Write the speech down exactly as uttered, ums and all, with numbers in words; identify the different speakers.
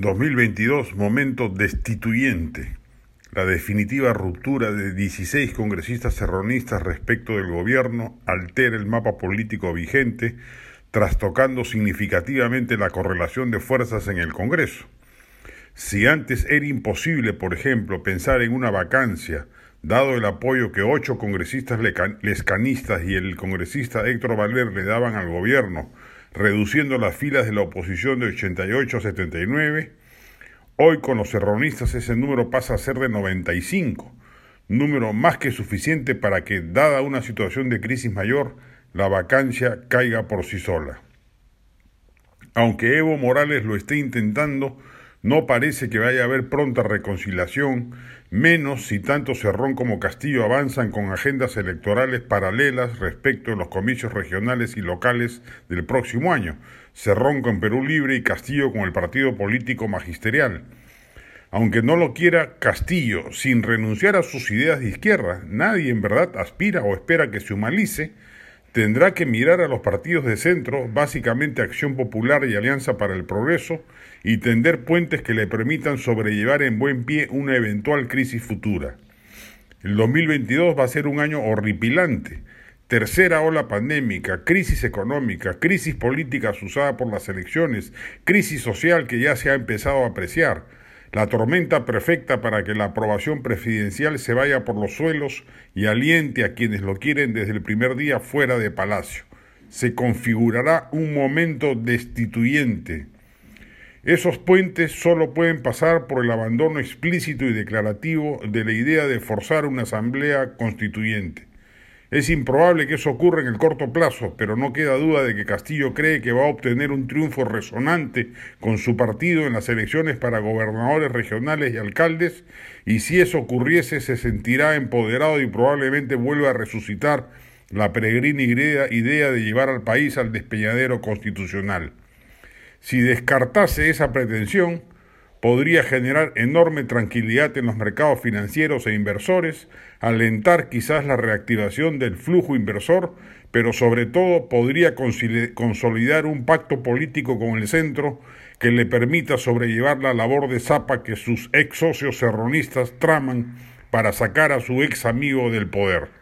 Speaker 1: dos mil veintidós, momento destituyente. La definitiva ruptura de dieciséis congresistas serronistas respecto del gobierno altera el mapa político vigente, trastocando significativamente la correlación de fuerzas en el Congreso. Si antes era imposible, por ejemplo, pensar en una vacancia, dado el apoyo que ocho congresistas lescanistas y el congresista Héctor Valer le daban al gobierno, reduciendo las filas de la oposición de ochenta y ocho a setenta y nueve, hoy con los serronistas ese número pasa a ser de noventa y cinco, número más que suficiente para que, dada una situación de crisis mayor, la vacancia caiga por sí sola. Aunque Evo Morales lo esté intentando, no parece que vaya a haber pronta reconciliación, menos si tanto Cerrón como Castillo avanzan con agendas electorales paralelas respecto de los comicios regionales y locales del próximo año, Cerrón con Perú Libre y Castillo con el partido político magisterial. Aunque no lo quiera Castillo, sin renunciar a sus ideas de izquierda, nadie en verdad aspira o espera que se humanice, tendrá que mirar a los partidos de centro, básicamente Acción Popular y Alianza para el Progreso, y tender puentes que le permitan sobrellevar en buen pie una eventual crisis futura. El dos mil veintidós va a ser un año horripilante. Tercera ola pandémica, crisis económica, crisis política asusada por las elecciones, crisis social que ya se ha empezado a apreciar. La tormenta perfecta para que la aprobación presidencial se vaya por los suelos y aliente a quienes lo quieren desde el primer día fuera de Palacio. Se configurará un momento destituyente. Esos puentes solo pueden pasar por el abandono explícito y declarativo de la idea de forzar una asamblea constituyente. Es improbable que eso ocurra en el corto plazo, pero no queda duda de que Castillo cree que va a obtener un triunfo resonante con su partido en las elecciones para gobernadores regionales y alcaldes, y si eso ocurriese se sentirá empoderado y probablemente vuelva a resucitar la peregrina idea de llevar al país al despeñadero constitucional. Si descartase esa pretensión, podría generar enorme tranquilidad en los mercados financieros e inversores, alentar quizás la reactivación del flujo inversor, pero sobre todo podría consolidar un pacto político con el centro que le permita sobrellevar la labor de zapa que sus ex socios serronistas traman para sacar a su ex amigo del poder.